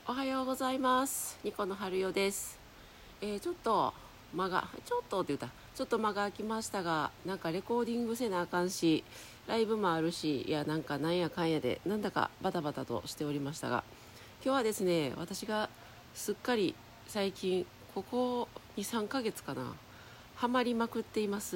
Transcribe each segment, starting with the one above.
おはようございます。ニコの春代です。ちょっと間が空きましたが、なんかレコーディングせなあかんし、ライブもあるし、いやなんかなんやかんやでなんだかバタバタとしておりましたが、今日はですね、私がすっかり最近ここ2、3ヶ月かな、ハマりまくっています。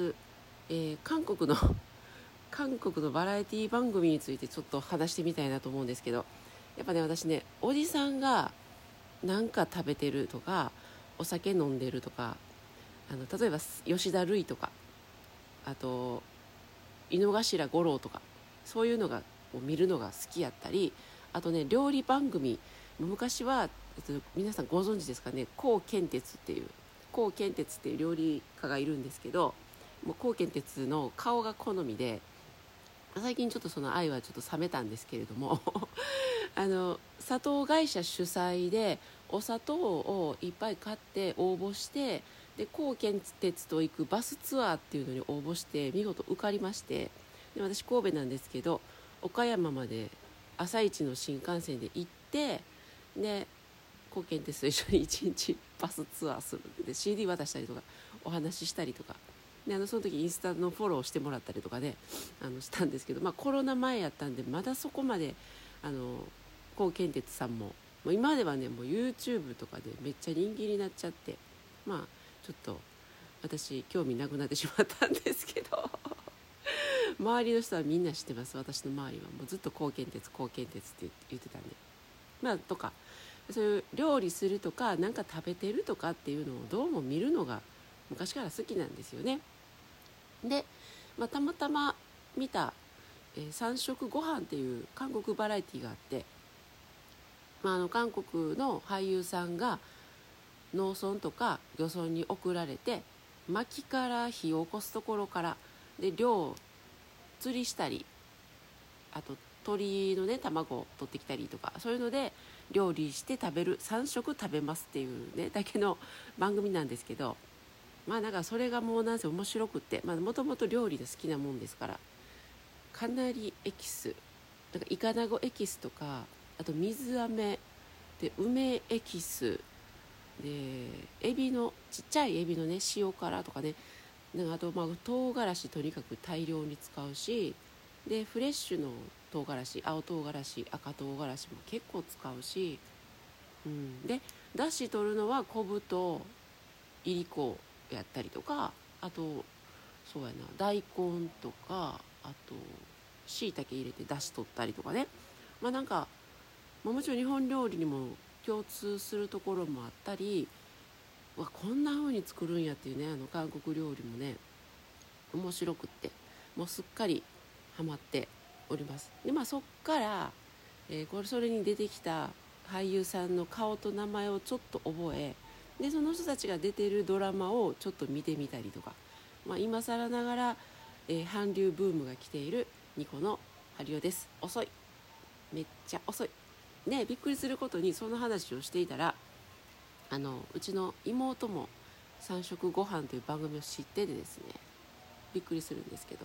韓国のバラエティ番組についてちょっと話してみたいなと思うんですけど、やっぱね、私ね、おじさんがなんか食べてるとか、お酒飲んでるとか、例えば吉田類とか、あと井の頭五郎とか、そういうのがを見るのが好きやったり、あとね、料理番組、昔は、皆さんご存知ですかね、高健鉄っていう料理家がいるんですけど、もう高健鉄の顔が好みで、最近ちょっとその愛はちょっと冷めたんですけれども砂糖会社主催でお砂糖をいっぱい買って応募して、で高健鉄と行くバスツアーっていうのに応募して見事受かりまして、で私神戸なんですけど、岡山まで朝一の新幹線で行って、で高健鉄と一緒に一日バスツアーするんで CD 渡したりとかお話ししたりとかで、その時インスタのフォローしてもらったりとかね、したんですけど、コロナ前やったんでまだそこまで高健鉄さんも今ではね、もう YouTube とかでめっちゃ人気になっちゃって、ちょっと私興味なくなってしまったんですけど周りの人はみんな知ってます。私の周りはもうずっと高健鉄って言ってたんで、とかそういう料理するとかなんか食べてるとかっていうのをどうも見るのが昔から好きなんですよね。で、たまたま見た、三食ご飯っていう韓国バラエティがあって、韓国の俳優さんが農村とか漁村に送られて、薪から火を起こすところからで漁釣りしたり、あと鳥のね卵を取ってきたりとか、そういうので料理して食べる、3食食べますっていうねだけの番組なんですけど、なんかそれがもうなんせ面白くって、もともと料理が好きなもんですから、かなりエキス、なんかイカナゴエキスとか、あと水飴で梅エキスで、エビのちっちゃいエビのね塩辛とかね、なんかあと唐辛子とにかく大量に使うし、でフレッシュの唐辛子、青唐辛子、赤唐辛子も結構使うし、でだし取るのは昆布といりこやったりとか、あとそうやな、大根とか、あとしいたけ入れてだし取ったりとかね、なんか、もちろん日本料理にも共通するところもあったり、こんな風に作るんやっていうね、韓国料理もね面白くって、もうすっかりハマっております。でそっから、それに出てきた俳優さんの顔と名前をちょっと覚え、でその人たちが出てるドラマをちょっと見てみたりとか、今更ながら、韓流ブームが来ているニコの春代です。遅い、めっちゃ遅いね。びっくりすることにその話をしていたら、うちの妹も三食ご飯という番組を知っててですね、びっくりするんですけど、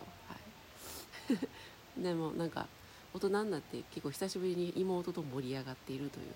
でもなんか大人になって結構久しぶりに妹と盛り上がっているという、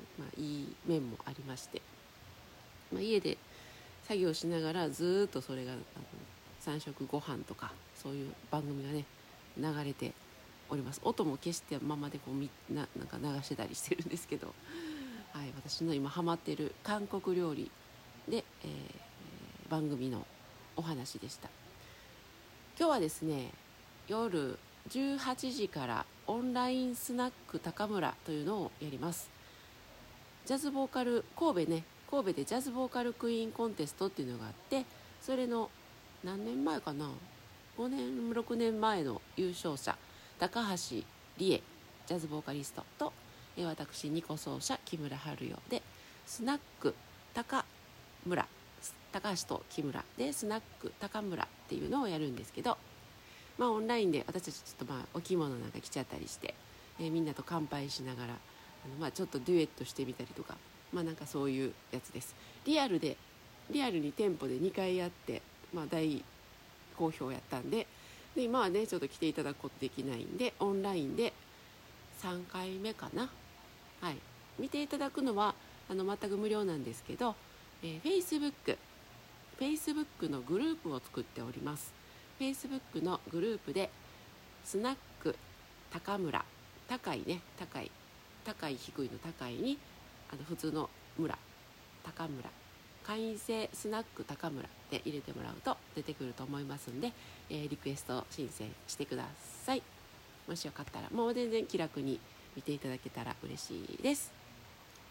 いい面もありまして、家で作業しながらずっとそれが三食ご飯とかそういう番組がね流れております。音も消してままでこうなんか流してたりしてるんですけど、私の今ハマっている韓国料理で、番組のお話でした。今日はですね、夜18時からオンラインスナック高村というのをやります。ジャズボーカル神戸でジャズボーカルクイーンコンテストっていうのがあって、それの何年前かな、5年6年前の優勝者高橋理恵ジャズボーカリストと、私ニコ奏者木村春代でスナック高村、高橋と木村でスナック高村っていうのをやるんですけど、オンラインで私たちちょっとお着物なんか着ちゃったりして、みんなと乾杯しながらちょっとデュエットしてみたりとか、なんかそういうやつです。リアルに店舗で2回やって、大好評やったんで、今はねちょっと来ていただくことできないんで、オンラインで3回目かな。見ていただくのは全く無料なんですけど、Facebook のグループを作っております。 Facebook のグループでスナック高村、高いね、高い低いの高いに普通の村、高村、会員制スナック高村で入れてもらうと出てくると思いますんで、リクエスト申請してください。もしよかったらもう全然気楽に見ていただけたら嬉しいです。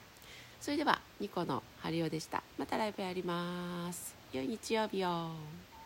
それではニコのハリオでした。またライブやります。良い日曜日を。